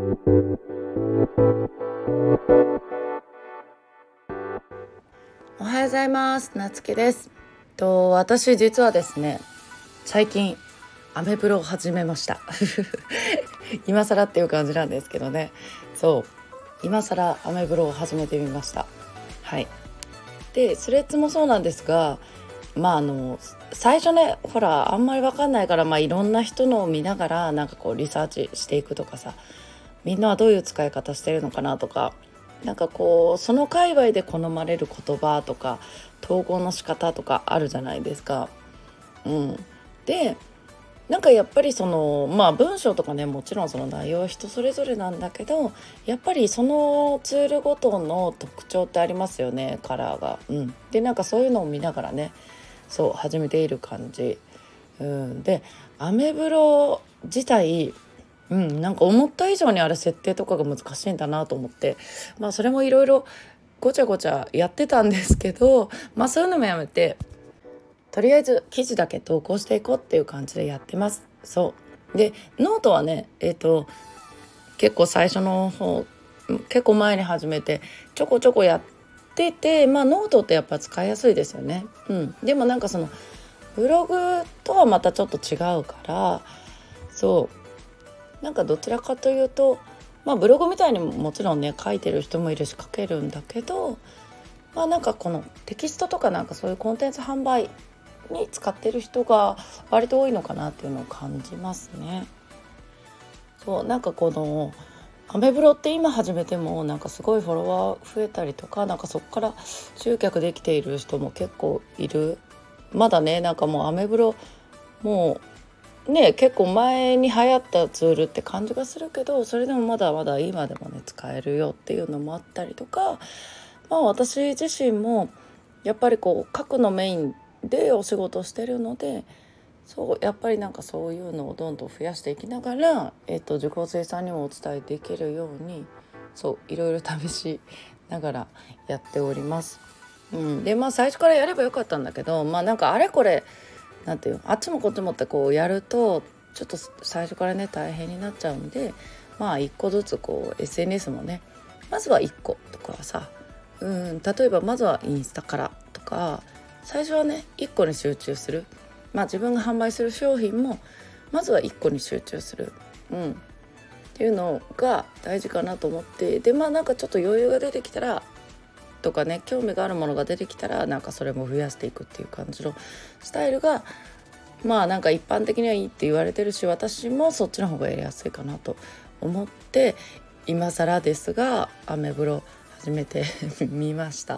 おはようございます。なつきです。私実はですね、最近アメブロを始めました今更っていう感じなんですけどね。今更アメブロを始めてみました。はい。でスレッズもそうなんですが、最初ね、ほらあんまり分かんないから、いろんな人のを見ながらなんかこうリサーチしていくとかさ、みんなはどういう使い方してるのかなとか、なんかこうその界隈で好まれる言葉とか統合の仕方とかあるじゃないですか。でなんかやっぱり文章とかね、もちろんその内容は人それぞれなんだけど、やっぱりそのツールごとの特徴ってありますよね、カラーが。でなんかそういうのを見ながらね、始めている感じ。でアメブロ自体、なんか思った以上にあれ設定とかが難しいんだなと思って、それもいろいろごちゃごちゃやってたんですけど、そういうのもやめて、とりあえず記事だけ投稿していこうっていう感じでやってます。でノートはね、結構最初の方、結構前に始めてちょこちょこやってて、ノートってやっぱ使いやすいですよね。でもなんかそのブログとはまたちょっと違うから、なんかどちらかというと、ブログみたいにもちろんね書いてる人もいるし書けるんだけど、なんかこのテキストとかなんかそういうコンテンツ販売に使ってる人が割と多いのかなっていうのを感じますね。なんかこのアメブロって今始めてもなんかすごいフォロワー増えたりとか、なんかそこから集客できている人も結構いる。まだね、なんかもうアメブロもうね結構前に流行ったツールって感じがするけど、それでもまだまだ今でもね使えるよっていうのもあったりとか、私自身もやっぱりこう書くのメインでお仕事してるので、やっぱりなんかそういうのをどんどん増やしていきながら、受講生さんにもお伝えできるようにいろいろ試しながらやっております。で最初からやればよかったんだけど、なんかあれこれなんていうあっちもこっちもってこうやるとちょっと最初からね大変になっちゃうんで、一個ずつこう SNS もね、まずは1個とかはさ、例えばまずはインスタからとか、最初はね1個に集中する。自分が販売する商品もまずは1個に集中する、っていうのが大事かなと思って、でなんかちょっと余裕が出てきたらとかね、興味があるものが出てきたらなんかそれも増やしていくっていう感じのスタイルがなんか一般的にはいいって言われてるし、私もそっちの方がやりやすいかなと思って、今更ですがアメブロ始めてみました。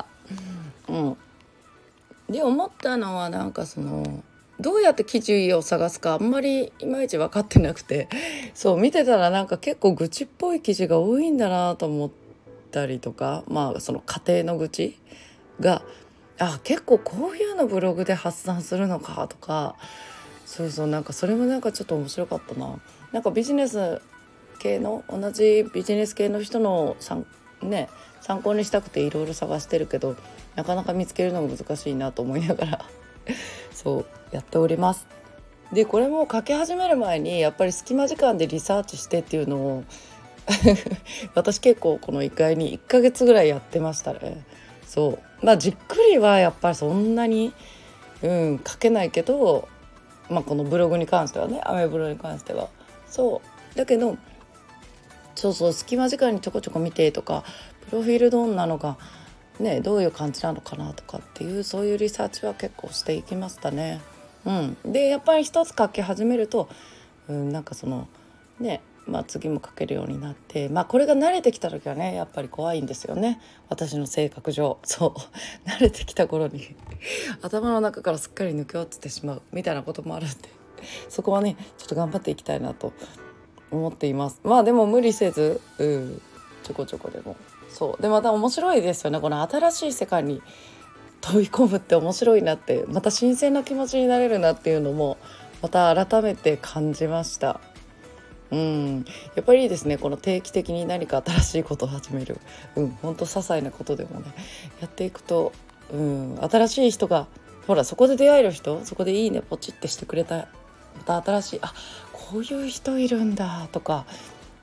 で思ったのは、なんかどうやって記事を探すかあんまりいまいち分かってなくて、見てたらなんか結構愚痴っぽい記事が多いんだなと思ったりとか、その家庭の愚痴が結構こういうのブログで発散するのかとか、なんかそれもなんかちょっと面白かったな。なんかビジネス系の同じビジネス系の人の参考にしたくていろいろ探してるけど、なかなか見つけるのが難しいなと思いながらやっております。でこれも書き始める前にやっぱり隙間時間でリサーチしてっていうのを私結構この1回に1ヶ月ぐらいやってましたね。じっくりはやっぱりそんなに書けないけど、このブログに関してはね、アメブロに関してはだけど隙間時間にちょこちょこ見てとか、プロフィールどんなのがねどういう感じなのかなとかっていう、そういうリサーチは結構していきましたね。でやっぱり一つ書き始めると、なんか次も書けるようになって、これが慣れてきた時はねやっぱり怖いんですよね、私の性格上。慣れてきた頃に頭の中からすっかり抜け落ちてしまうみたいなこともあるんで、そこはねちょっと頑張っていきたいなと思っています。でも無理せず、ちょこちょこでもでまた面白いですよね、この新しい世界に飛び込むって面白いなって、また新鮮な気持ちになれるなっていうのもまた改めて感じました。やっぱりいいですね、この定期的に何か新しいことを始める。本当些細なことでもねやっていくと、新しい人がほらそこで出会える人、そこでいいねポチってしてくれた、また新しいこういう人いるんだとか、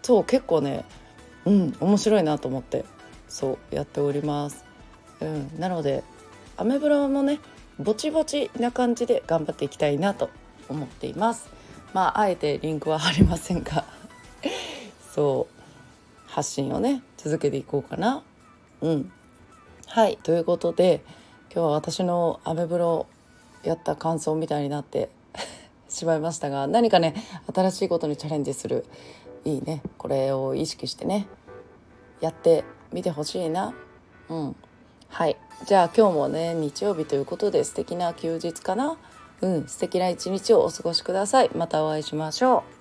そう結構ね面白いなと思ってそうやっております。なのでアメブロもねぼちぼちな感じで頑張っていきたいなと思っています。あえてリンクは貼りませんがそう発信をね続けていこうかな。はいということで今日は私のアメブロやった感想みたいになってしまいましたが、何かね新しいことにチャレンジするいいねこれを意識してねやってみてほしいな。はいじゃあ今日もね日曜日ということで素敵な休日かな。素敵な一日をお過ごしください。またお会いしましょう。